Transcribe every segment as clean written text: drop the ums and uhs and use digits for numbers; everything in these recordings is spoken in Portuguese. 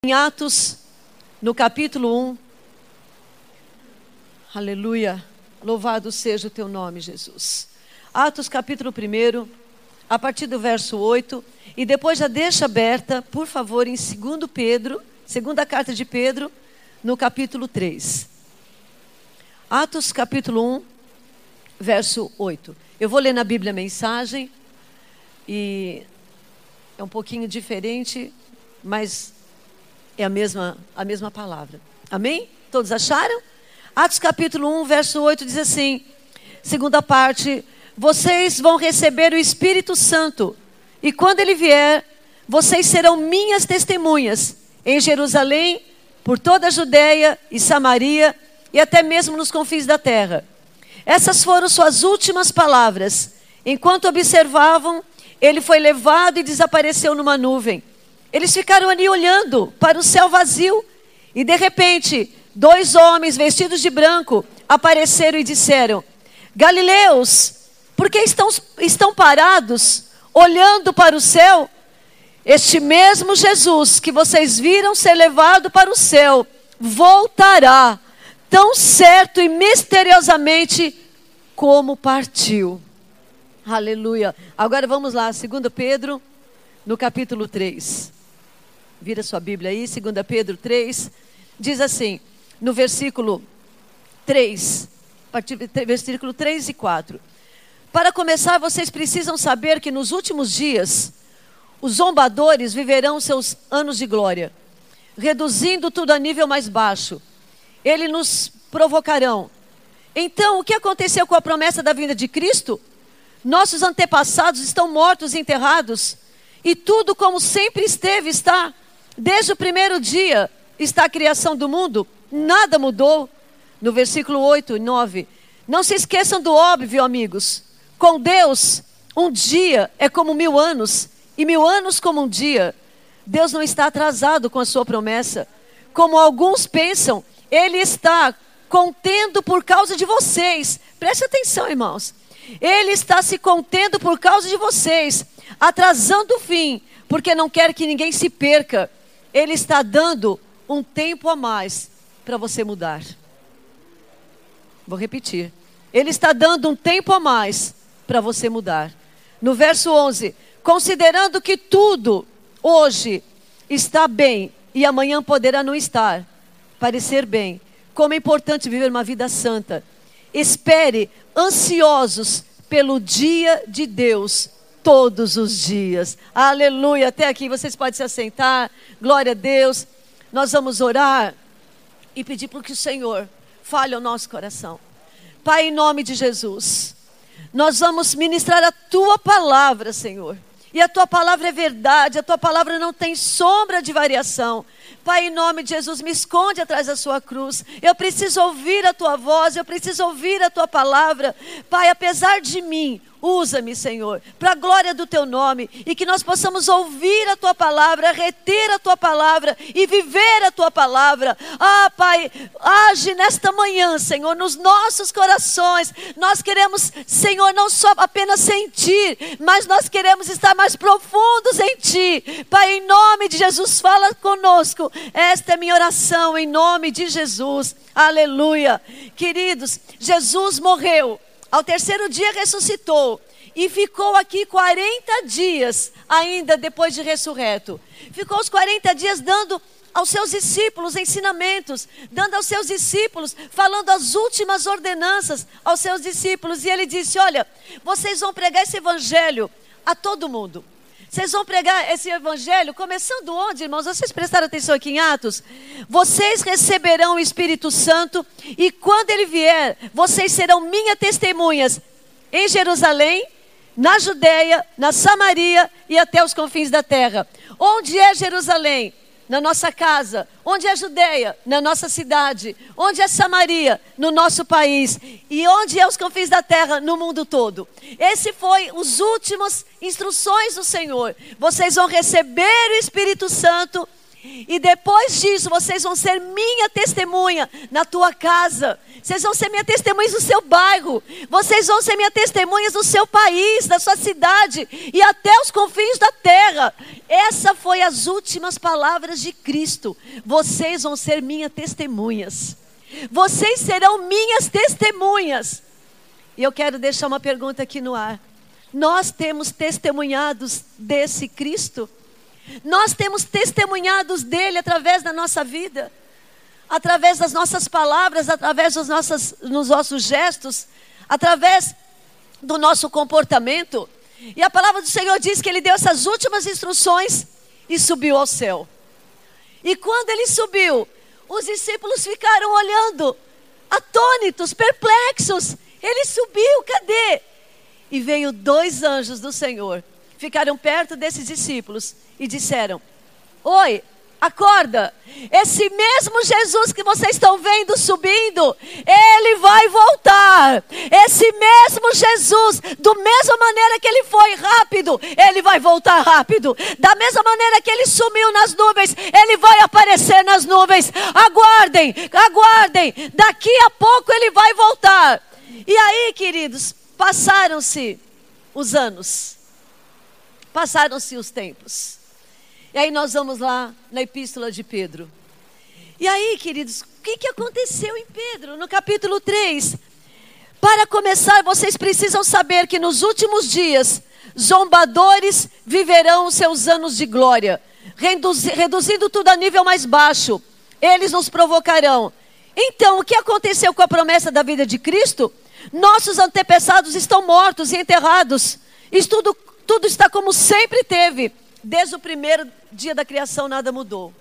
Em Atos, no capítulo 1, aleluia, louvado seja o teu nome, Jesus. Atos, capítulo 1, a partir do verso 8, e depois já deixa aberta, por favor, em 2 Pedro, segunda carta de Pedro, no capítulo 3. Atos, capítulo 1, verso 8. Eu vou ler na Bíblia a mensagem, e é um pouquinho diferente, mas é a mesma palavra. Amém? Todos acharam? Atos capítulo 1, verso 8 diz assim, segunda parte: vocês vão receber o Espírito Santo, e quando ele vier, vocês serão minhas testemunhas em Jerusalém, por toda a Judeia e Samaria, e até mesmo nos confins da terra. Essas foram suas últimas palavras. Enquanto observavam, ele foi levado e desapareceu numa nuvem. Eles ficaram ali olhando para o céu vazio, e de repente, 2 homens vestidos de branco apareceram e disseram: Galileus, por que estão parados, olhando para o céu? Este mesmo Jesus que vocês viram ser levado para o céu, voltará, tão certo e misteriosamente como partiu. Aleluia. Agora vamos lá, 2 Pedro, no capítulo 3. Vira sua Bíblia aí, 2 Pedro 3, diz assim, no versículo 3, versículo 3 e 4. Para começar, vocês precisam saber que nos últimos dias, os zombadores viverão seus anos de glória, reduzindo tudo a nível mais baixo. Eles nos provocarão. Então, o que aconteceu com a promessa da vinda de Cristo? Nossos antepassados estão mortos e enterrados, e tudo como sempre esteve está. Desde o primeiro dia está a criação do mundo, nada mudou. No versículo 8 e 9, não se esqueçam do óbvio, amigos. Com Deus, um dia é como 1000 anos, e 1000 anos como um dia. Deus não está atrasado com a sua promessa. Como alguns pensam, Ele está contendo por causa de vocês. Preste atenção, irmãos. Ele está se contendo por causa de vocês, atrasando o fim, porque não quer que ninguém se perca. Ele está dando um tempo a mais para você mudar. Vou repetir. Ele está dando um tempo a mais para você mudar. No verso 11, considerando que tudo hoje está bem e amanhã poderá não estar, parecer bem, como é importante viver uma vida santa. Espere ansiosos pelo dia de Deus todos os dias. Aleluia. Até aqui vocês podem se assentar. Glória a Deus. Nós vamos orar e pedir para que o Senhor fale ao nosso coração. Pai, em nome de Jesus, nós vamos ministrar a Tua palavra, Senhor. E a Tua palavra é verdade, a Tua palavra não tem sombra de variação. Pai, em nome de Jesus, me esconde atrás da Sua cruz. Eu preciso ouvir a Tua voz, eu preciso ouvir a Tua palavra. Pai, apesar de mim, usa-me, Senhor, para a glória do Teu nome, e que nós possamos ouvir a Tua palavra, reter a Tua palavra e viver a Tua palavra. Ah, Pai, age nesta manhã, Senhor, nos nossos corações. Nós queremos, Senhor, não só apenas sentir, mas nós queremos estar mais profundos em Ti. Pai, em nome de Jesus, fala conosco. Esta é minha oração, em nome de Jesus. Aleluia. Queridos, Jesus morreu. Ao terceiro dia ressuscitou e ficou aqui 40 dias ainda depois de ressurreto. Ficou os 40 dias dando aos seus discípulos ensinamentos, dando aos seus discípulos, falando as últimas ordenanças aos seus discípulos. E ele disse: olha, vocês vão pregar esse evangelho a todo mundo. Vocês vão pregar esse evangelho, começando onde, irmãos? Vocês prestaram atenção aqui em Atos? Vocês receberão o Espírito Santo, e quando ele vier, vocês serão minhas testemunhas em Jerusalém, na Judeia, na Samaria e até os confins da terra. Onde é Jerusalém? Na nossa casa. Onde é Judeia? Na nossa cidade. Onde é Samaria? No nosso país. E onde é os confins da terra? No mundo todo. Esse foi os últimos instruções do Senhor. Vocês vão receber o Espírito Santo E depois disso, vocês vão ser minha testemunha na tua casa. Vocês vão ser minha testemunhas no seu bairro. Vocês vão ser minha testemunhas no seu país, na sua cidade e até os confins da terra. Essa foi as últimas palavras de Cristo. Vocês vão ser minhas testemunhas. Vocês serão minhas testemunhas. E eu quero deixar uma pergunta aqui no ar. Nós temos testemunhados desse Cristo? Nós temos testemunhados dele através da nossa vida, através das nossas palavras, através dos nossos gestos, através do nosso comportamento. E a palavra do Senhor diz que ele deu essas últimas instruções e subiu ao céu. E quando ele subiu, os discípulos ficaram olhando, atônitos, perplexos. Ele subiu, cadê? E veio 2 anjos do Senhor, ficaram perto desses discípulos e disseram: oi, acorda, esse mesmo Jesus que vocês estão vendo subindo, ele vai voltar. Esse mesmo Jesus, da mesma maneira que ele foi rápido, ele vai voltar rápido. Da mesma maneira que ele sumiu nas nuvens, ele vai aparecer nas nuvens. Aguardem, aguardem, daqui a pouco ele vai voltar. E aí, queridos, passaram-se os anos, passaram-se os tempos. E aí nós vamos lá na epístola de Pedro. E aí, queridos, o que aconteceu em Pedro? No capítulo 3. Para começar, vocês precisam saber que nos últimos dias, zombadores viverão os seus anos de glória, reduzindo tudo a nível mais baixo. Eles nos provocarão. Então, o que aconteceu com a promessa da vida de Cristo? Nossos antepassados estão mortos e enterrados. Isso tudo está como sempre teve. Desde o primeiro dia da criação nada mudou.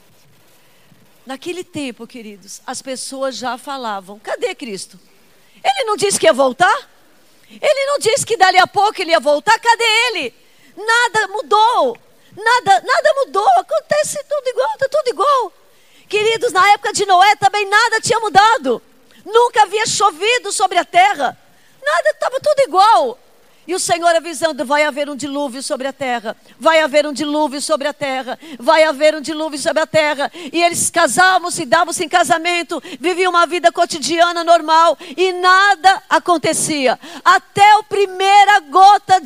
Naquele tempo, queridos, as pessoas já falavam: cadê Cristo? Ele não disse que ia voltar? Ele não disse que dali a pouco ele ia voltar? Cadê ele? Nada mudou. Nada mudou. Acontece tudo igual, está tudo igual. Queridos, na época de Noé também nada tinha mudado. Nunca havia chovido sobre a terra. Nada, estava tudo igual. E o Senhor avisando: vai haver um dilúvio sobre a terra. Vai haver um dilúvio sobre a terra. Vai haver um dilúvio sobre a terra. E eles casavam-se, davam-se em casamento, viviam uma vida cotidiana normal. E nada acontecia. Até a primeira gota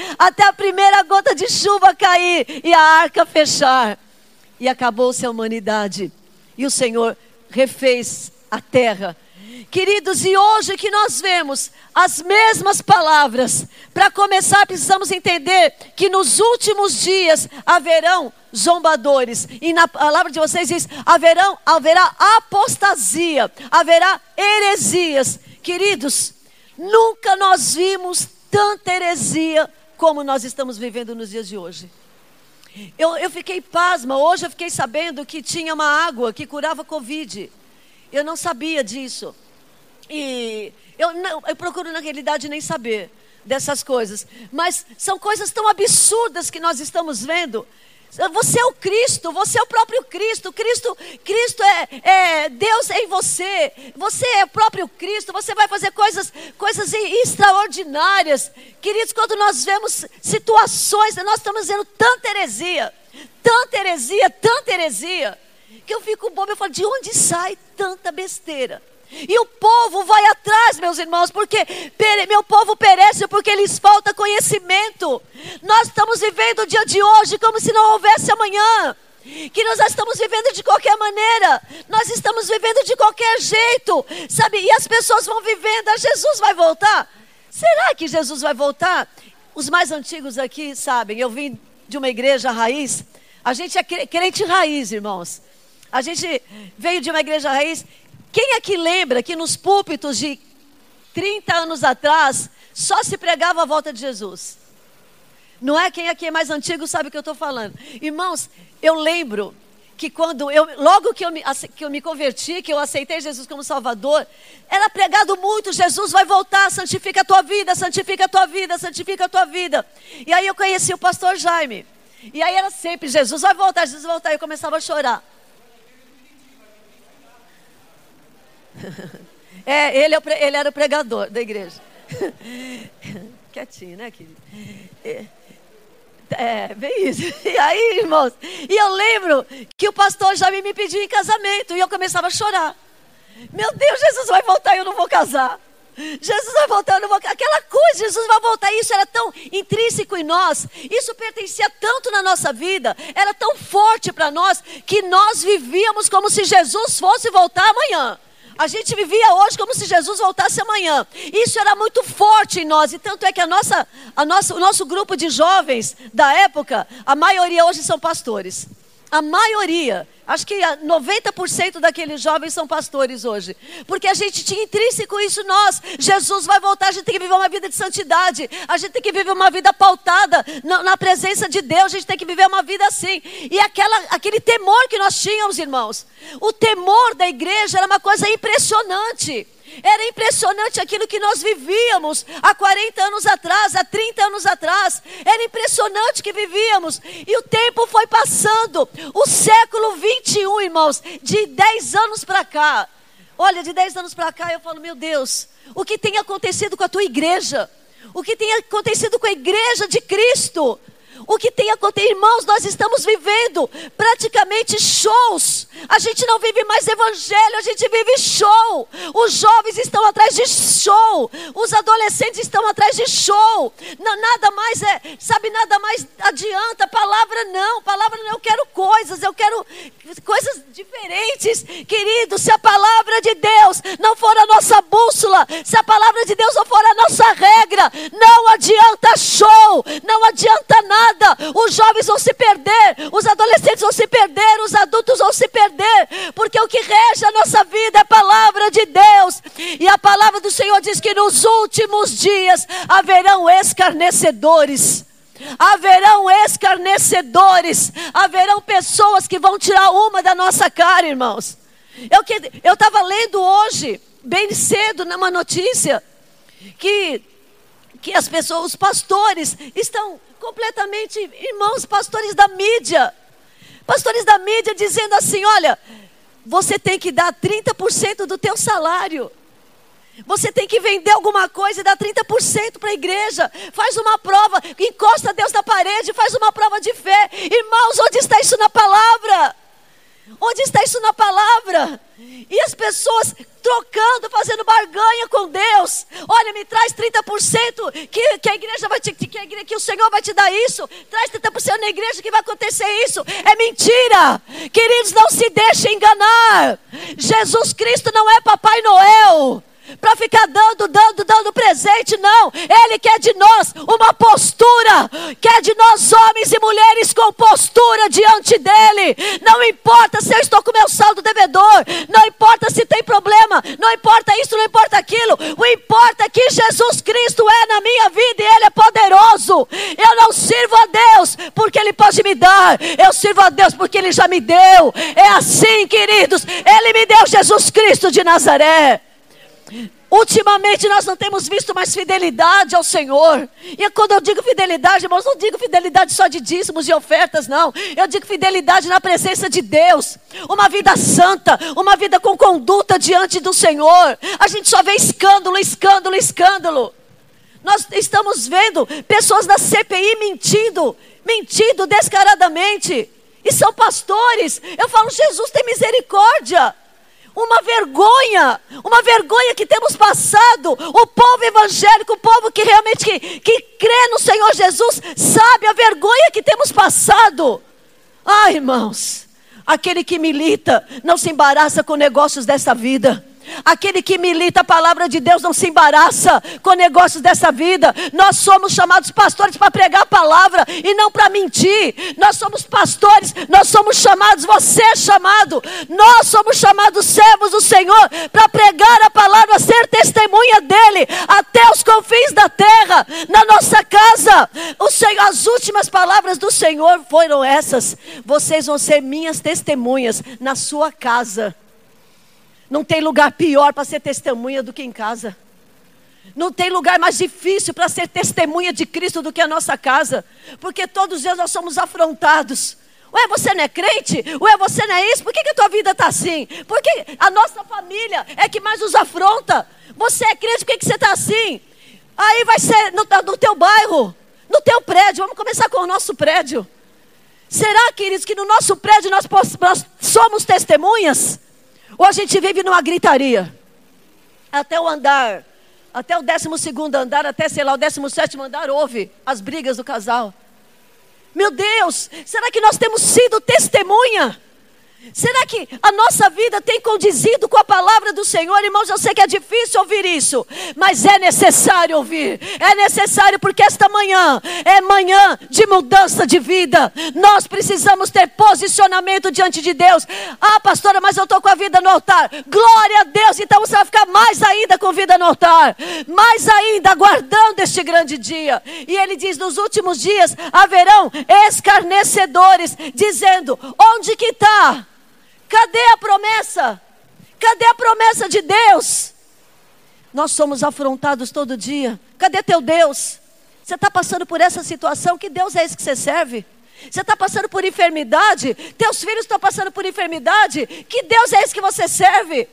de chuva cair e a arca fechar. E acabou-se a humanidade. E o Senhor refez a terra. Queridos, e hoje que nós vemos as mesmas palavras, para começar precisamos entender que nos últimos dias haverão zombadores. E na palavra de vocês diz: haverá apostasia, haverá heresias. Queridos, nunca nós vimos tanta heresia como nós estamos vivendo nos dias de hoje. Eu fiquei pasma, hoje eu fiquei sabendo que tinha uma água que curava Covid. Eu não sabia disso. E eu procuro na realidade nem saber dessas coisas. Mas são coisas tão absurdas que nós estamos vendo. Você é o Cristo, você é o próprio Cristo. Cristo é Deus em você. Você é o próprio Cristo. Você vai fazer coisas extraordinárias. Queridos, quando nós vemos situações, nós estamos vendo tanta heresia, que eu fico bobo. Eu falo: de onde sai tanta besteira? E o povo vai atrás, meus irmãos, porque meu povo perece porque lhes falta conhecimento. Nós estamos vivendo o dia de hoje como se não houvesse amanhã. Que nós estamos vivendo de qualquer maneira. Nós estamos vivendo de qualquer jeito, sabe? E as pessoas vão vivendo: Jesus vai voltar? Será que Jesus vai voltar? Os mais antigos aqui sabem, eu vim de uma igreja raiz. A gente é crente raiz, irmãos. A gente veio de uma igreja raiz. Quem aqui lembra que nos púlpitos de 30 anos atrás só se pregava a volta de Jesus? Não é? Quem aqui é mais antigo sabe o que eu estou falando. Irmãos, eu lembro que logo que eu me converti, que eu aceitei Jesus como Salvador, era pregado muito: Jesus vai voltar, santifica a tua vida, santifica a tua vida, santifica a tua vida. E aí eu conheci o pastor Jaime. E aí era sempre: Jesus vai voltar, Jesus vai voltar. E eu começava a chorar. Ele era o pregador da igreja. Quietinho, né, querido? bem isso. E aí, irmãos, e eu lembro que o pastor já me pediu em casamento, e eu começava a chorar. Meu Deus, Jesus vai voltar e eu não vou casar. Jesus vai voltar, eu não vou casar. Aquela coisa, Jesus vai voltar, isso era tão intrínseco em nós, isso pertencia tanto na nossa vida, era tão forte para nós, que nós vivíamos como se Jesus fosse voltar amanhã. A gente vivia hoje como se Jesus voltasse amanhã. Isso era muito forte em nós. E tanto é que o nosso grupo de jovens da época, a maioria hoje são pastores. A maioria, acho que 90% daqueles jovens são pastores hoje. Porque a gente tinha intrínseco isso em nós. Jesus vai voltar, a gente tem que viver uma vida de santidade. A gente tem que viver uma vida pautada na presença de Deus. A gente tem que viver uma vida assim. E aquele temor que nós tínhamos, irmãos. O temor da igreja era uma coisa impressionante. Era impressionante aquilo que nós vivíamos há 40 anos atrás, há 30 anos atrás. Era impressionante que vivíamos. E o tempo foi passando. O século 21, irmãos, de 10 anos para cá. Olha, de 10 anos para cá eu falo, meu Deus, o que tem acontecido com a tua igreja? O que tem acontecido com a igreja de Cristo? O que tem acontecido, irmãos, nós estamos vivendo praticamente shows. A gente não vive mais evangelho, a gente vive show. Os jovens estão atrás de show. Os adolescentes estão atrás de show. Não, nada mais nada mais adianta. Palavra não, eu quero coisas diferentes. Querido, se a palavra de Deus não for a nossa bússola, se a palavra de Deus não for a nossa regra, não adianta show, não adianta nada. Os jovens vão se perder, os adolescentes vão se perder, os adultos vão se perder, porque o que rege a nossa vida é a palavra de Deus. E a palavra do Senhor diz que nos últimos dias haverão escarnecedores. Haverão escarnecedores, haverão pessoas que vão tirar uma da nossa cara, irmãos. Eu estava lendo hoje, bem cedo, numa notícia, que as pessoas, os pastores estão completamente, irmãos, pastores da mídia dizendo assim, olha, você tem que dar 30% do teu salário. Você tem que vender alguma coisa e dar 30% para a igreja. Faz uma prova, encosta Deus na parede, faz uma prova de fé. Irmãos, onde está isso na palavra? Onde está isso na palavra? E as pessoas trocando, fazendo barganha com Deus. Olha, me traz 30% que a igreja vai que o Senhor vai te dar isso. Traz 30% na igreja que vai acontecer isso. É mentira. Queridos, não se deixem enganar. Jesus Cristo não é Papai Noel para ficar dando presente, não. Ele quer de nós uma postura, quer de nós homens e mulheres com postura diante dele. Não importa se eu estou com meu saldo devedor, não importa se tem problema, não importa isso, não importa aquilo. O importa é que Jesus Cristo é na minha vida e ele é poderoso. Eu não sirvo a Deus porque ele pode me dar, eu sirvo a Deus porque ele já me deu. É assim, queridos, ele me deu Jesus Cristo de Nazaré. Ultimamente nós não temos visto mais fidelidade ao Senhor. E quando eu digo fidelidade, irmãos, não digo fidelidade só de dízimos e ofertas, não. Eu digo fidelidade na presença de Deus. Uma vida santa, uma vida com conduta diante do Senhor. A gente só vê escândalo. Nós estamos vendo pessoas da CPI mentindo descaradamente. E são pastores. Eu falo, Jesus, tem misericórdia. Uma vergonha que temos passado. O povo evangélico, o povo que realmente que crê no Senhor Jesus, sabe a vergonha que temos passado. Ai, irmãos, aquele que milita não se embaraça com negócios dessa vida. Aquele que milita a palavra de Deus não se embaraça com negócios dessa vida. Nós somos chamados pastores para pregar a palavra e não para mentir. Nós somos pastores, nós somos chamados, você é chamado. Nós somos chamados servos do Senhor para pregar a palavra, ser testemunha dele até os confins da terra, na nossa casa. As últimas palavras do Senhor foram essas: vocês vão ser minhas testemunhas na sua casa. Não tem lugar pior para ser testemunha do que em casa. Não tem lugar mais difícil para ser testemunha de Cristo do que a nossa casa. Porque todos os dias nós somos afrontados. Ué, você não é crente? Ué, você não é isso? Por que a tua vida está assim? Porque a nossa família é que mais nos afronta. Você é crente, por que você está assim? Aí vai ser no teu bairro, No teu prédio, vamos começar com o nosso prédio. Será, queridos, que no nosso prédio nós somos testemunhas? Ou a gente vive numa gritaria? Até o 12º andar, até sei lá, o 17º andar, ouve as brigas do casal. Meu Deus, será que nós temos sido testemunha? Será que a nossa vida tem condizido com a palavra do Senhor? Irmãos, eu sei que é difícil ouvir isso, mas é necessário ouvir. É necessário, porque esta manhã é manhã de mudança de vida. Nós precisamos ter posicionamento diante de Deus. Ah, pastora, mas eu estou com a vida no altar. Glória a Deus, então você vai ficar mais ainda com vida no altar. Mais ainda, aguardando este grande dia. E ele diz, nos últimos dias haverão escarnecedores, dizendo, onde que está? Cadê a promessa? Cadê a promessa de Deus? Nós somos afrontados todo dia. Cadê teu Deus? Você está passando por essa situação? Que Deus é esse que você serve? Você está passando por enfermidade? Teus filhos estão passando por enfermidade? Que Deus é esse que você serve?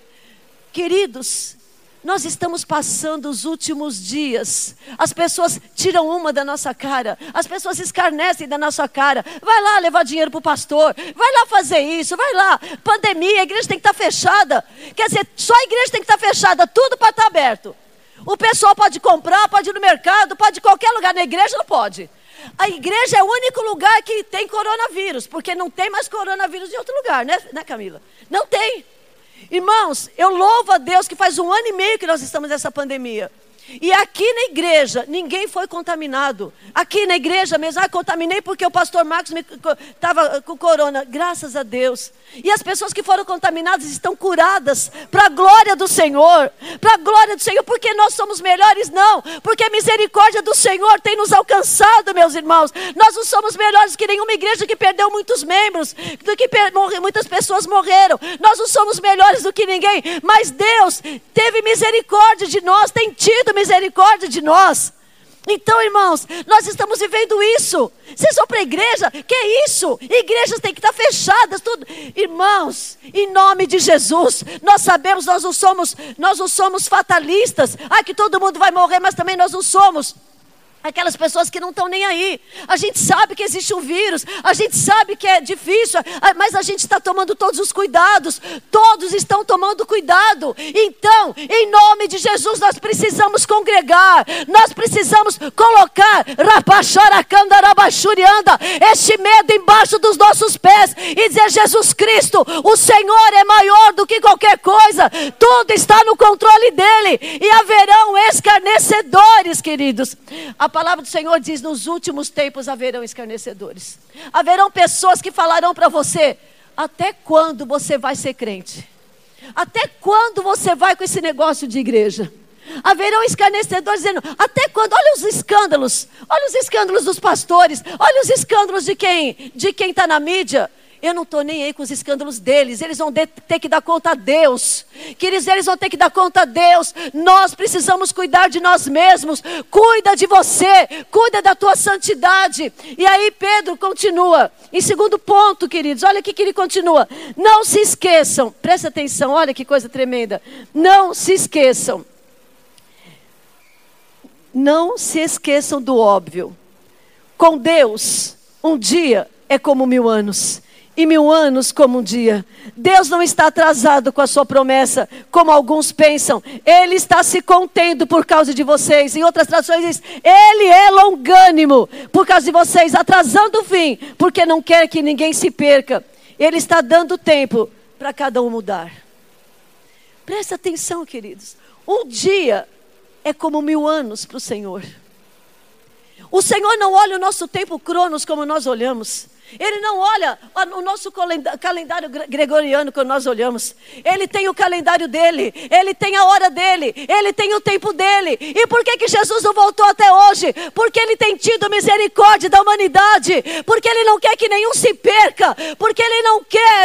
Queridos, nós estamos passando os últimos dias. As pessoas tiram uma da nossa cara. As pessoas escarnecem da nossa cara. Vai lá levar dinheiro para o pastor. Vai lá fazer isso. Vai lá. Pandemia, a igreja tem que estar fechada. Quer dizer, só a igreja tem que estar fechada. Tudo para estar aberto. O pessoal pode comprar, pode ir no mercado, pode ir em qualquer lugar. Na igreja não pode. A igreja é o único lugar que tem coronavírus. Porque não tem mais coronavírus em outro lugar, né Camila? Não tem. Irmãos, eu louvo a Deus que faz 1 ano e meio que nós estamos nessa pandemia. E aqui na igreja, ninguém foi contaminado. Aqui na igreja mesmo, contaminei porque o pastor Marcos estava com corona. Graças a Deus. E as pessoas que foram contaminadas estão curadas. Para a glória do Senhor. Para a glória do Senhor. Porque nós somos melhores? Não. Porque a misericórdia do Senhor tem nos alcançado, meus irmãos. Nós não somos melhores que nenhuma igreja que perdeu muitos membros. Do que muitas pessoas morreram. Nós não somos melhores do que ninguém. Mas Deus teve misericórdia de nós. Tem tido misericórdia de nós. Então, irmãos, nós estamos vivendo isso. Vocês vão para a igreja? Que é isso? Igrejas têm que estar fechadas, tudo. Irmãos, em nome de Jesus, nós sabemos, nós não somos fatalistas. Que todo mundo vai morrer, mas também nós não somos aquelas pessoas que não estão nem aí. A gente sabe que existe um vírus, a gente sabe que é difícil, mas a gente está tomando todos os cuidados. Todos estão tomando cuidado. Então, em nome de Jesus, nós precisamos congregar. Nós precisamos colocar este medo embaixo dos nossos pés e dizer, Jesus Cristo, o Senhor é maior do que qualquer coisa. Tudo está no controle dele. E haverão escarnecedores, queridos. A palavra do Senhor diz, nos últimos tempos haverão escarnecedores. Haverão pessoas que falarão para você, até quando você vai ser crente? Até quando você vai com esse negócio de igreja? Haverão escarnecedores dizendo, até quando? Olha os escândalos dos pastores, olha os escândalos de quem está na mídia. Eu não estou nem aí com os escândalos deles. Eles vão ter que dar conta a Deus. Queridos, eles vão ter que dar conta a Deus. Nós precisamos cuidar de nós mesmos. Cuida de você. Cuida da tua santidade. E aí Pedro continua. Em segundo ponto, queridos, olha aqui que ele continua. Não se esqueçam. Presta atenção, olha que coisa tremenda. Não se esqueçam. Não se esqueçam do óbvio. Com Deus, um dia é como 1000 anos. E 1000 anos como um dia. Deus não está atrasado com a sua promessa, como alguns pensam. Ele está se contendo por causa de vocês. Em outras traduções diz, Ele é longânimo por causa de vocês, atrasando o fim, porque não quer que ninguém se perca. Ele está dando tempo para cada um mudar. Presta atenção, queridos. Um dia é como 1000 anos para o Senhor. O Senhor não olha o nosso tempo cronos como nós olhamos. Ele não olha o nosso calendário gregoriano quando nós olhamos. Ele tem o calendário dele. Ele tem a hora dele. Ele tem o tempo dele. E por que Jesus não voltou até hoje? Porque ele tem tido misericórdia da humanidade. Porque ele não quer que nenhum se perca. Porque ele não quer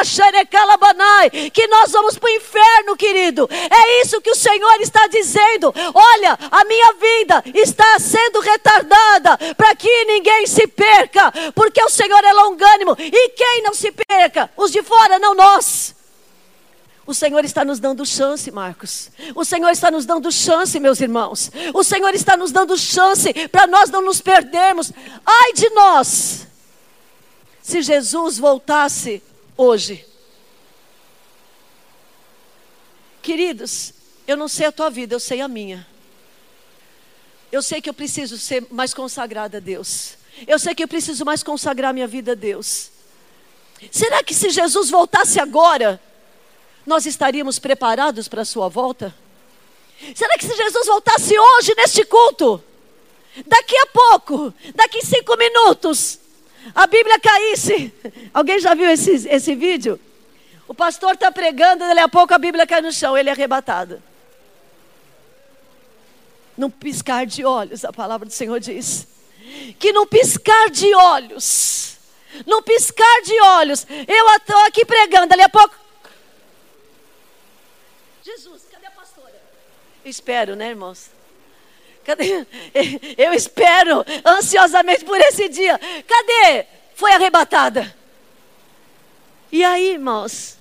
que nós vamos para o inferno, querido. É isso que o Senhor está dizendo. Olha, a minha vida está sendo retardada para que ninguém se perca. Porque o Senhor é longânimo. E quem não se perca? Os de fora, não nós. O Senhor está nos dando chance, Marcos. O Senhor está nos dando chance, meus irmãos. O Senhor está nos dando chance para nós não nos perdermos. Ai de nós, se Jesus voltasse hoje. Queridos, eu não sei a tua vida, eu sei a minha. Eu sei que eu preciso ser mais consagrada a Deus. Eu sei que eu preciso mais consagrar minha vida a Deus. Será que se Jesus voltasse agora, nós estaríamos preparados para a sua volta? Será que se Jesus voltasse hoje neste culto, daqui a pouco, daqui 5 minutos, a Bíblia caísse? Alguém já viu esse vídeo? O pastor está pregando, daqui a pouco a Bíblia cai no chão, ele é arrebatado. Num piscar de olhos, a palavra do Senhor diz. Que num piscar de olhos, num piscar de olhos, eu estou aqui pregando, daqui a pouco... Jesus, cadê a pastora? Espero, né, irmãos? Cadê? Eu espero ansiosamente por esse dia. Cadê? Foi arrebatada. E aí, irmãos?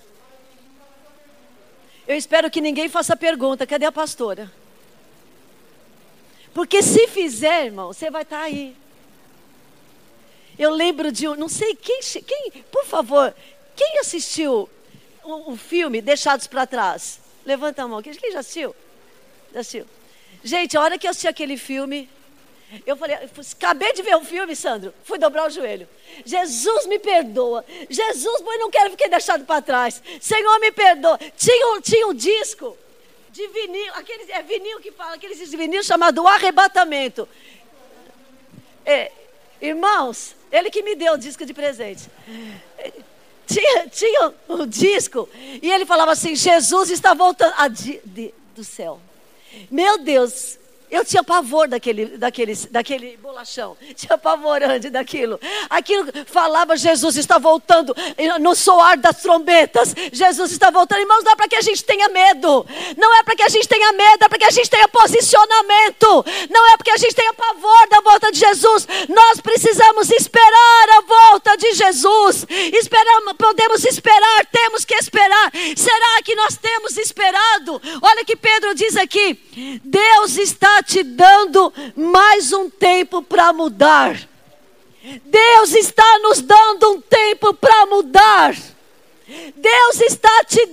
Eu espero que ninguém faça pergunta, cadê a pastora? Porque se fizer, irmão, você vai estar aí. Eu lembro de não sei quem, por favor, quem assistiu o filme Deixados para Trás? Levanta a mão. Quem já assistiu? Já assistiu? Gente, a hora que eu assisti aquele filme, eu falei, acabei de ver o filme, Sandro, fui dobrar o joelho. Jesus me perdoa. Jesus, eu não quero ficar deixado para trás. Senhor, me perdoa. Tinha um disco de vinil, vinil que fala, aqueles de vinil chamado O Arrebatamento. Irmãos, ele que me deu o disco de presente. Tinha um disco e ele falava assim: Jesus está voltando do céu. Meu Deus, eu tinha pavor daquele bolachão. Tinha pavor antes daquilo. Aquilo falava: Jesus está voltando, no soar das trombetas. Jesus está voltando. Irmãos, não é para que a gente tenha medo. Não é para que a gente tenha medo, é para que a gente tenha posicionamento. Não é porque a gente tenha pavor da volta de Jesus. Nós precisamos esperar a volta de Jesus. Podemos esperar, temos que esperar. Será que nós temos esperado? Olha que Pedro diz aqui: Deus está te dando mais um tempo para mudar. Deus está nos dando um tempo para mudar. Deus está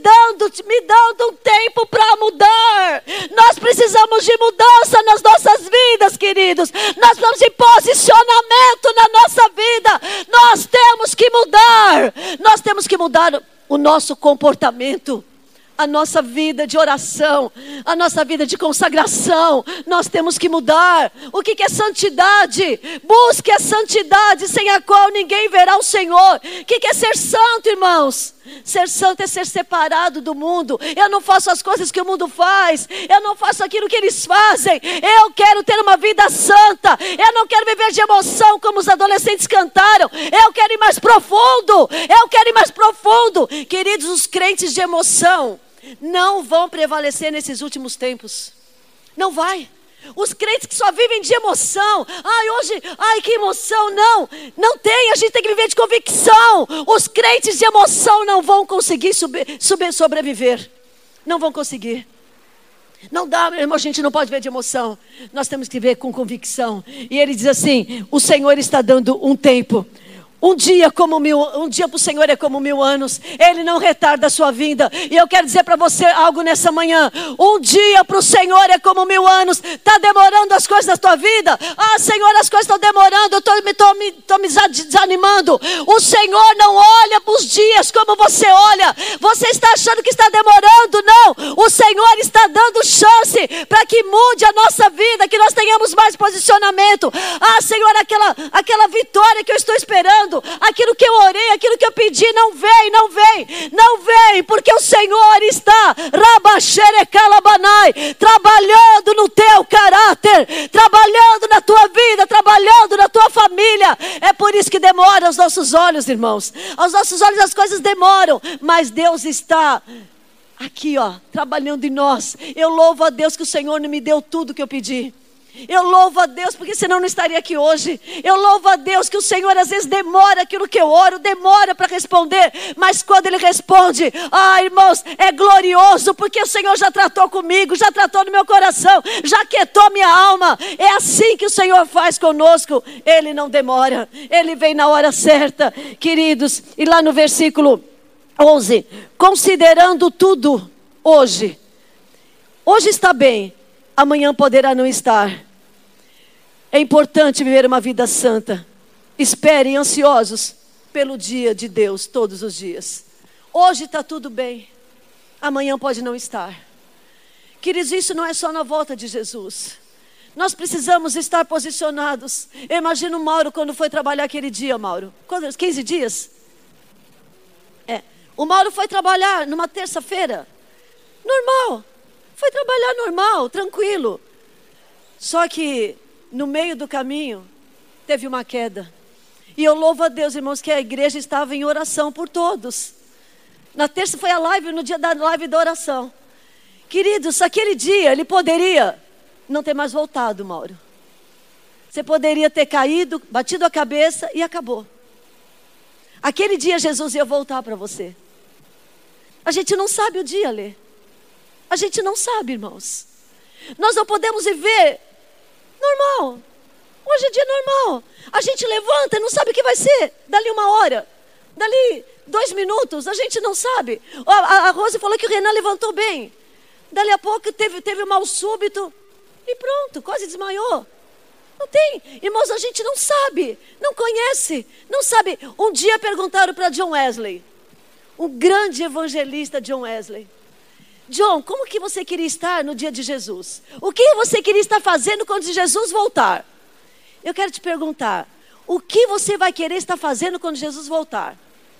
me dando um tempo para mudar. Nós precisamos de mudança nas nossas vidas, queridos. Nós precisamos de posicionamento na nossa vida. Nós temos que mudar. Nós temos que mudar o nosso comportamento, a nossa vida de oração, a nossa vida de consagração. Nós temos que mudar. O que é santidade? Busque a santidade, sem a qual ninguém verá o Senhor. O que é ser santo, irmãos? Ser santo é ser separado do mundo. Eu não faço as coisas que o mundo faz. Eu não faço aquilo que eles fazem. Eu quero ter uma vida santa. Eu não quero viver de emoção como os adolescentes cantaram. Eu quero ir mais profundo. Eu quero ir mais profundo. Queridos, os crentes de emoção não vão prevalecer nesses últimos tempos. Não vai. Os crentes que só vivem de emoção. Que emoção. Não tem, a gente tem que viver de convicção. Os crentes de emoção não vão conseguir sobreviver. Não vão conseguir. Não dá, meu irmão, a gente não pode ver de emoção. Nós temos que ver com convicção. E ele diz assim: o Senhor está dando um tempo. Um dia para o Senhor é como 1000 anos. Ele não retarda a sua vinda. E eu quero dizer para você algo nessa manhã. Um dia para o Senhor é como 1000 anos. Está demorando as coisas da tua vida? Senhor, as coisas estão demorando. Eu estou me desanimando. O Senhor não olha para os dias como você olha. Você está achando que está demorando? Não. O Senhor está dando chance para que mude a nossa vida, que nós tenhamos mais posicionamento. Senhor, aquela vitória que eu estou esperando, aquilo que eu orei, aquilo que eu pedi, não vem, porque o Senhor está trabalhando no teu caráter, trabalhando na tua vida, trabalhando na tua família. É por isso que demora aos nossos olhos, irmãos. Aos nossos olhos as coisas demoram, mas Deus está aqui, trabalhando em nós. Eu louvo a Deus que o Senhor não me deu tudo que eu pedi. Eu louvo a Deus, porque senão não estaria aqui hoje. Eu louvo a Deus que o Senhor às vezes demora aquilo que eu oro, demora para responder. Mas quando Ele responde, irmãos, é glorioso, porque o Senhor já tratou comigo, já tratou no meu coração, já quietou minha alma. É assim que o Senhor faz conosco. Ele não demora, Ele vem na hora certa, queridos. E lá no versículo 11, considerando tudo hoje está bem, amanhã poderá não estar. É importante viver uma vida santa. Esperem ansiosos pelo dia de Deus todos os dias. Hoje está tudo bem, amanhã pode não estar. Queridos, isso não é só na volta de Jesus. Nós precisamos estar posicionados. Eu imagino o Mauro quando foi trabalhar aquele dia, Mauro. Quantos? 15 dias? O Mauro foi trabalhar numa terça-feira. Normal. Foi trabalhar normal, tranquilo. Só que no meio do caminho teve uma queda. E eu louvo a Deus, irmãos, que a igreja estava em oração por todos. Na terça foi a live, no dia da live da oração. Queridos, aquele dia ele poderia não ter mais voltado, Mauro. Você poderia ter caído, batido a cabeça e acabou. Aquele dia Jesus ia voltar para você. A gente não sabe o dia, Lê. A gente não sabe, irmãos. Nós não podemos viver normal. Hoje é dia normal. A gente levanta e não sabe o que vai ser. Dali 1 hora, dali 2 minutos, a gente não sabe. A Rose falou que o Renan levantou bem. Dali a pouco teve um mal súbito e pronto, quase desmaiou. Não tem. Irmãos, a gente não sabe, não conhece, não sabe. Um dia perguntaram para John Wesley, um grande evangelista John Wesley. John, como que você queria estar no dia de Jesus? O que você queria estar fazendo quando Jesus voltar? Eu quero te perguntar, o que você vai querer estar fazendo quando Jesus voltar?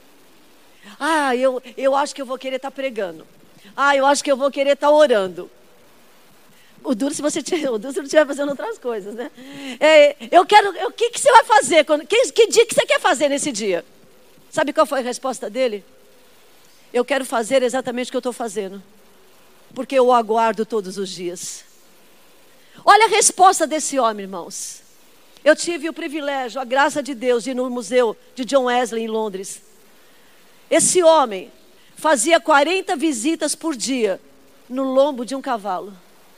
Eu acho que eu vou querer estar pregando. Eu acho que eu vou querer estar orando. O duro se você estiver fazendo outras coisas, né? O que você vai fazer? Que dia que você quer fazer nesse dia? Sabe qual foi a resposta dele? Eu quero fazer exatamente o que eu estou fazendo, porque eu o aguardo todos os dias. Olha a resposta desse homem, irmãos. Eu tive o privilégio, a graça de Deus, de ir no museu de John Wesley em Londres. Esse homem fazia 40 visitas por dia no lombo de um cavalo.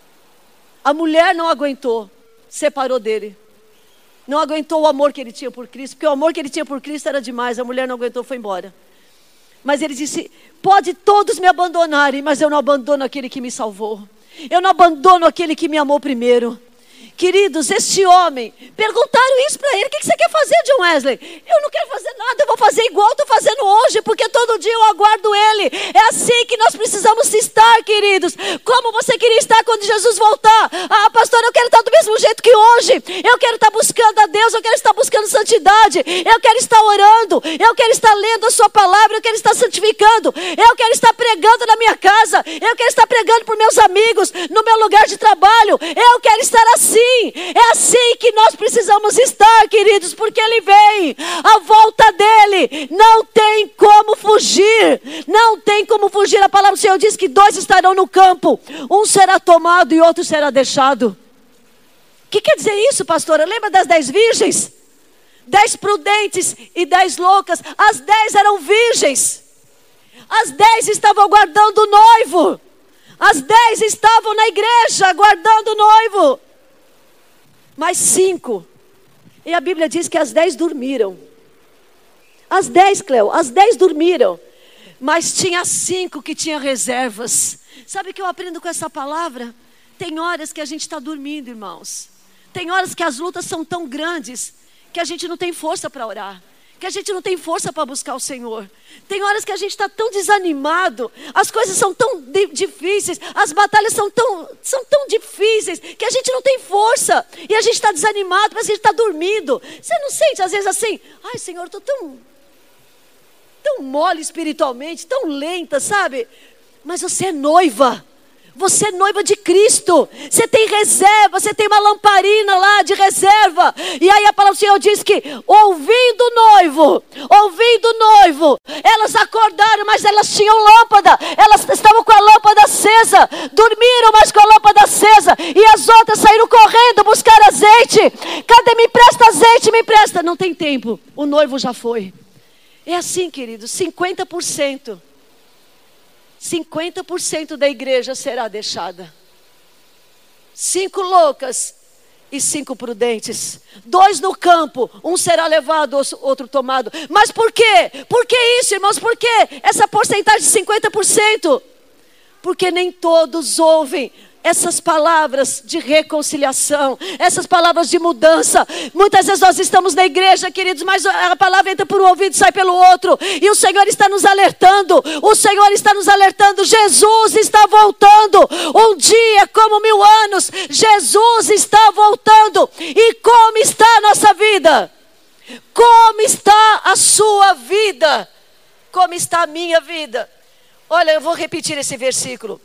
A mulher não aguentou, separou dele. Não aguentou o amor que ele tinha por Cristo, porque o amor que ele tinha por Cristo era demais. A mulher não aguentou, foi embora. Mas ele disse, pode todos me abandonarem, mas eu não abandono aquele que me salvou. Eu não abandono aquele que me amou primeiro. Queridos, este homem, perguntaram isso para ele, o que você quer fazer, John Wesley? Eu não quero fazer nada, eu vou fazer igual eu estou fazendo hoje, porque todo dia eu aguardo ele. É assim que nós precisamos estar, queridos. Como você queria estar quando Jesus voltar? Pastor, eu quero estar do mesmo jeito que hoje. Eu quero estar buscando a Deus, eu quero estar buscando santidade. Eu quero estar orando, eu quero estar lendo a sua palavra, eu quero estar santificando. Eu quero estar pregando na minha casa, eu quero estar pregando para meus amigos, no meu lugar de trabalho. Eu quero estar assim. É assim que nós precisamos estar, queridos, porque Ele vem, a volta dEle, não tem como fugir, não tem como fugir. A palavra do Senhor diz que 2 estarão no campo, um será tomado e outro será deixado. O que quer dizer isso, pastora? Lembra das 10 virgens? 10 prudentes e 10 loucas. As 10 eram virgens, as 10 estavam aguardando o noivo, as 10 estavam na igreja aguardando o noivo. Mais 5. E a Bíblia diz que as 10 dormiram. As 10, Cleo, as 10 dormiram. Mas tinha 5 que tinham reservas. Sabe o que eu aprendo com essa palavra? Tem horas que a gente está dormindo, irmãos. Tem horas que as lutas são tão grandes que a gente não tem força para orar, que a gente não tem força para buscar o Senhor. Tem horas que a gente está tão desanimado, as coisas são tão difíceis, as batalhas são tão difíceis, que a gente não tem força, e a gente está desanimado, parece que a gente está dormindo. Você não sente às vezes assim, ai Senhor, eu estou tão mole espiritualmente, tão lenta, sabe? Mas você é noiva. Você é noiva de Cristo. Você tem reserva, você tem uma lamparina lá de reserva. E aí a palavra do Senhor diz que ouvindo o noivo, elas acordaram, mas elas tinham lâmpada. Elas estavam com a lâmpada acesa. Dormiram, mas com a lâmpada acesa. E as outras saíram correndo buscar azeite. Cadê? Me empresta azeite, me empresta. Não tem tempo, o noivo já foi. É assim, queridos, 50%. 50% da igreja será deixada. 5 loucas e 5 prudentes. 2 no campo, um será levado, outro tomado. Mas por quê? Por que isso, irmãos? Por que essa porcentagem de 50%? Porque nem todos ouvem essas palavras de reconciliação, essas palavras de mudança. Muitas vezes nós estamos na igreja, queridos, mas a palavra entra por um ouvido e sai pelo outro. E o Senhor está nos alertando. O Senhor está nos alertando. Jesus está voltando. Um dia como 1000 anos. Jesus está voltando. E como está a nossa vida? Como está a sua vida? Como está a minha vida? Olha, eu vou repetir esse versículo.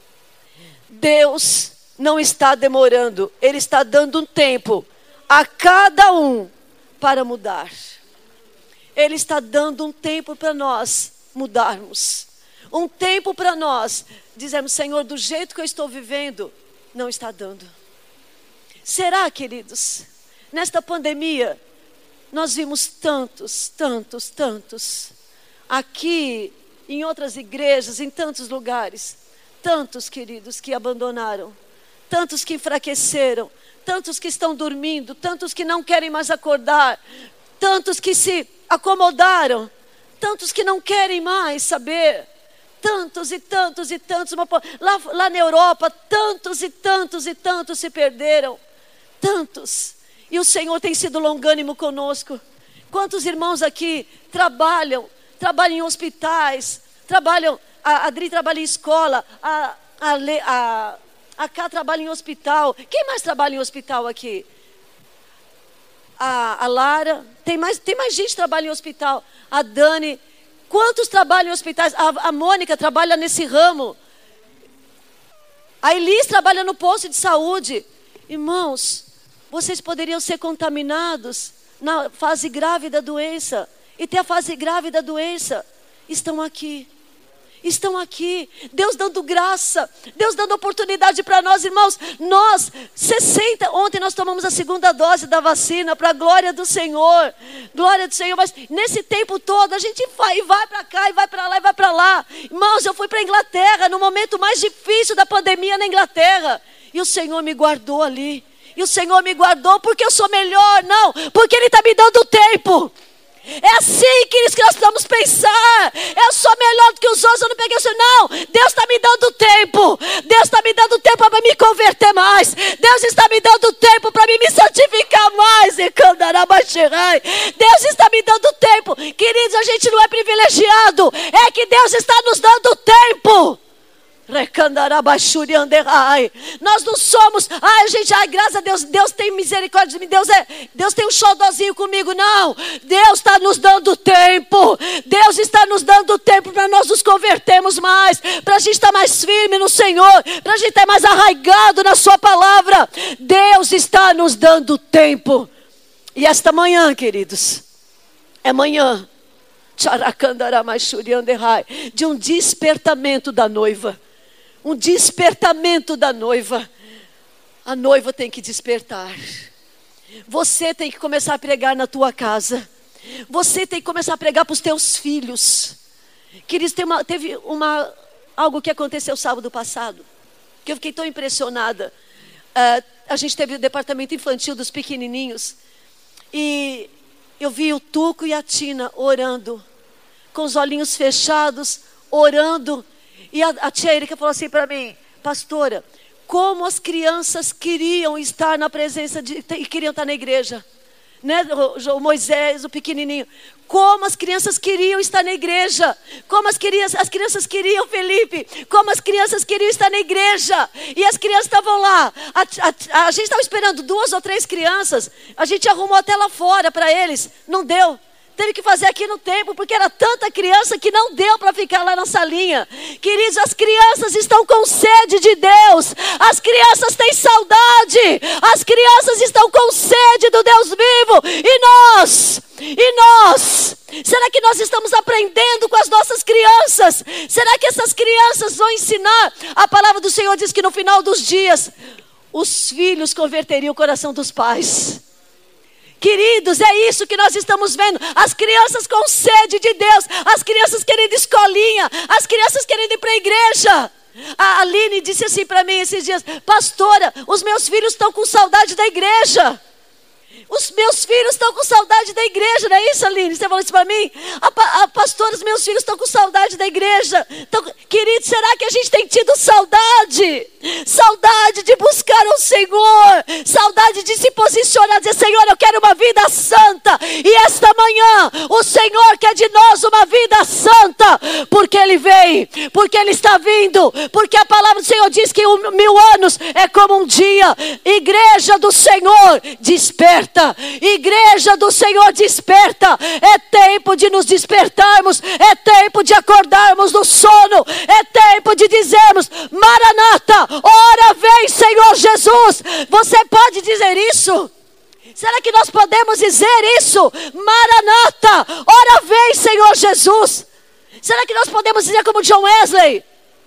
Deus não está demorando, Ele está dando um tempo a cada um para mudar. Ele está dando um tempo para nós mudarmos. Um tempo para nós dizermos: Senhor, do jeito que eu estou vivendo, não está dando. Será, queridos, nesta pandemia, nós vimos tantos, aqui, em outras igrejas, em tantos lugares, tantos, queridos, que abandonaram, tantos que enfraqueceram, tantos que estão dormindo, tantos que não querem mais acordar, tantos que se acomodaram, tantos que não querem mais saber, tantos e tantos e tantos. Lá na Europa, tantos e tantos e tantos se perderam, tantos. E o Senhor tem sido longânimo conosco. Quantos irmãos aqui trabalham em hospitais, a Adri trabalha em escola, a Cá trabalha em hospital. Quem mais trabalha em hospital aqui? A Lara, tem mais gente que trabalha em hospital. A Dani, quantos trabalham em hospitais? A Mônica trabalha nesse ramo. A Elis trabalha no posto de saúde. Irmãos, vocês poderiam ser contaminados na fase grave da doença. E ter a fase grave da doença. Estão aqui. Deus dando graça, Deus dando oportunidade para nós, irmãos. Ontem nós tomamos a 2ª dose da vacina, para a glória do Senhor, mas nesse tempo todo a gente vai para cá, e vai para lá, e vai para lá. Irmãos, eu fui para a Inglaterra, no momento mais difícil da pandemia na Inglaterra, e o Senhor me guardou ali, e o Senhor me guardou porque eu sou melhor, não, porque Ele está me dando tempo. É assim, queridos, que nós precisamos pensar. Eu sou melhor do que os outros, eu não peguei o Senhor. Não, Deus está me dando tempo. Deus está me dando tempo para me converter mais. Deus está me dando tempo para me santificar mais. Deus está me dando tempo. Queridos, a gente não é privilegiado. É que Deus está nos dando tempo. Nós não somos, graças a Deus, Deus tem misericórdia de mim, Deus tem um xodózinho comigo. Não, Deus está nos dando tempo. Deus está nos dando tempo para nós nos convertermos mais, para a gente estar mais firme no Senhor, para a gente estar mais arraigado na sua palavra. Deus está nos dando tempo. E esta manhã, queridos, é manhã de um despertamento da noiva. Um despertamento da noiva. A noiva tem que despertar. Você tem que começar a pregar na tua casa. Você tem que começar a pregar para os teus filhos. Queridos, teve algo que aconteceu sábado passado, que eu fiquei tão impressionada. A gente teve o departamento infantil dos pequenininhos. E eu vi o Tuco e a Tina orando, com os olhinhos fechados, orando. E a tia Erika falou assim para mim: pastora, como as crianças queriam estar na presença e queriam estar na igreja, né? O Moisés, o pequenininho, como as crianças queriam estar na igreja, como as crianças queriam, Felipe, como as crianças queriam estar na igreja. E as crianças estavam lá, a gente estava esperando 2 ou 3 crianças, a gente arrumou até lá fora para eles, não deu. teve que fazer aqui no templo, porque era tanta criança que não deu para ficar lá na salinha. Queridos, as crianças estão com sede de Deus, as crianças têm saudade, as crianças estão com sede do Deus vivo. E nós? Será que nós estamos aprendendo com as nossas crianças? Será que essas crianças vão ensinar? A palavra do Senhor diz que no final dos dias, os filhos converteriam o coração dos pais. Queridos, é isso que nós estamos vendo. As crianças com sede de Deus, as crianças querendo escolinha, as crianças querendo ir para a igreja. A Aline disse assim para mim esses dias: pastora, os meus filhos estão com saudade da igreja. Os meus filhos estão com saudade da igreja, não é isso, Aline? Você falou isso para mim? Pastora, os meus filhos estão com saudade da igreja. Querido, será que a gente tem tido saudade? Saudade de buscar o Senhor, saudade de se posicionar, dizer: Senhor, eu quero uma vida santa. E esta manhã, o Senhor quer de nós uma vida santa, porque Ele vem, porque Ele está vindo, porque a palavra do Senhor diz que 1000 anos é como um dia. Igreja do Senhor, desperta. Igreja do Senhor, desperta. É tempo de nos despertarmos, é tempo de acordarmos do sono, é tempo de dizermos: Maranata, ora vem, Senhor Jesus. Você pode dizer isso? Será que nós podemos dizer isso? Maranata, ora vem, Senhor Jesus. Será que nós podemos dizer como John Wesley: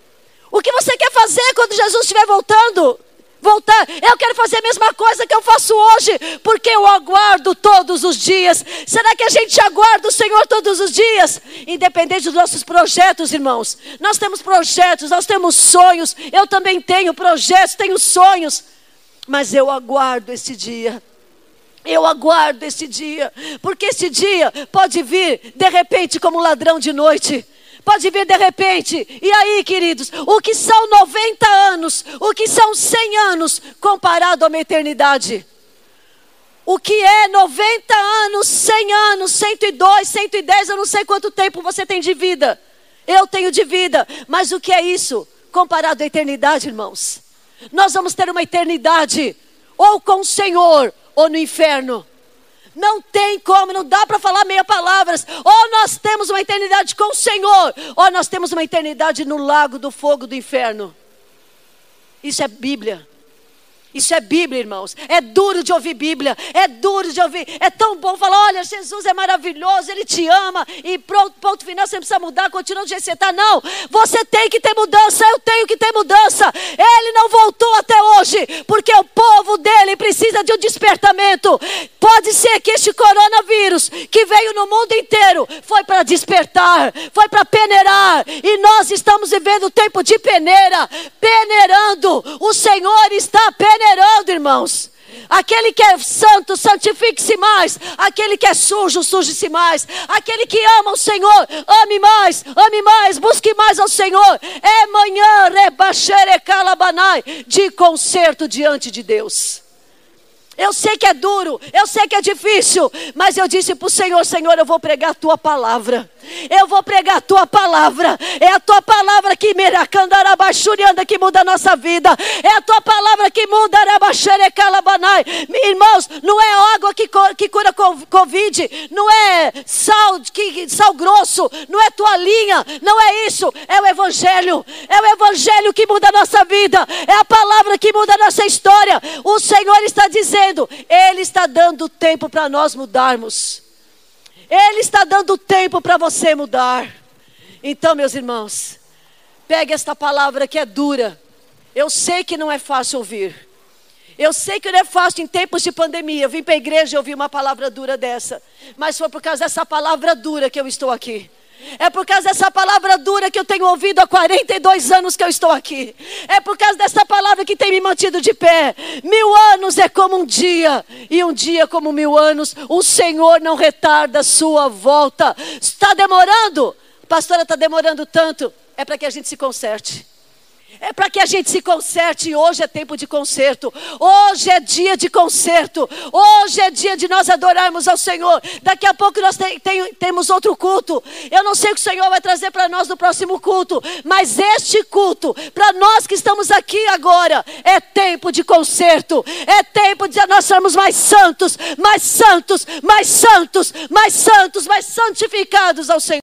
o que você quer fazer quando Jesus estiver voltar? Eu quero fazer a mesma coisa que eu faço hoje, porque eu aguardo todos os dias. Será que a gente aguarda o Senhor todos os dias? Independente dos nossos projetos, irmãos. Nós temos projetos, nós temos sonhos. Eu também tenho projetos, tenho sonhos. Mas eu aguardo esse dia. Eu aguardo esse dia, porque esse dia pode vir de repente como um ladrão de noite. Pode vir de repente. E aí, queridos, o que são 90 anos, o que são 100 anos comparado a uma eternidade? O que é 90 anos, 100 anos, 102, 110, eu não sei quanto tempo você tem de vida. Eu tenho de vida, mas o que é isso comparado à eternidade, irmãos? Nós vamos ter uma eternidade ou com o Senhor ou no inferno. Não tem como, não dá para falar meia palavras. Ou nós temos uma eternidade com o Senhor, ou nós temos uma eternidade no lago do fogo do inferno. Isso é Bíblia. Isso é Bíblia, irmãos. É duro de ouvir Bíblia. É duro de ouvir. É tão bom falar: olha, Jesus é maravilhoso, Ele te ama. E pronto, ponto final, você não precisa mudar, continua do jeito que você está. Não, você tem que ter mudança. Eu tenho que ter mudança. Ele não voltou até hoje, porque o povo dele precisa de um despertamento. Pode ser que este coronavírus que veio no mundo inteiro foi para despertar, foi para peneirar. E nós estamos vivendo o tempo de peneira. Peneirando. O Senhor está peneirando, irmãos. Aquele que é santo, santifique-se mais. Aquele que é sujo, suje-se mais. Aquele que ama o Senhor, ame mais, busque mais ao Senhor. É manhã, rebaxere calabanai, de concerto diante de Deus. Eu sei que é duro, eu sei que é difícil, mas eu disse para o Senhor: Senhor, eu vou pregar a tua palavra. Eu vou pregar a tua palavra. É a tua palavra que miracandarabachurianda que muda a nossa vida. É a tua palavra que muda arabaxerecalabanai. Irmãos, não é água que cura Covid, não é sal grosso, não é toalhinha, não é isso. É o Evangelho. É o Evangelho que muda a nossa vida. É a palavra que muda a nossa história. O Senhor está dizendo, Ele está dando tempo para nós mudarmos. Ele está dando tempo para você mudar. Então, meus irmãos, pegue esta palavra que é dura. Eu sei que não é fácil ouvir. Eu sei que não é fácil em tempos de pandemia. Eu vim para a igreja e ouvi uma palavra dura dessa. Mas foi por causa dessa palavra dura que eu estou aqui. É por causa dessa palavra dura que eu tenho ouvido há 42 anos que eu estou aqui. É por causa dessa palavra que tem me mantido de pé. 1000 anos é como um dia, e um dia como 1000 anos. O Senhor não retarda a sua volta. Está demorando? Pastora, está demorando tanto. É para que a gente se conserte. é para que a gente se conserte. E hoje é tempo de conserto. Hoje é dia de conserto. Hoje é dia de nós adorarmos ao Senhor. Daqui a pouco nós temos outro culto. Eu não sei o que o Senhor vai trazer para nós no próximo culto, mas este culto, para nós que estamos aqui agora, é tempo de conserto. É tempo de nós sermos mais santos, mais santos, mais santos, mais santos, mais santificados ao Senhor.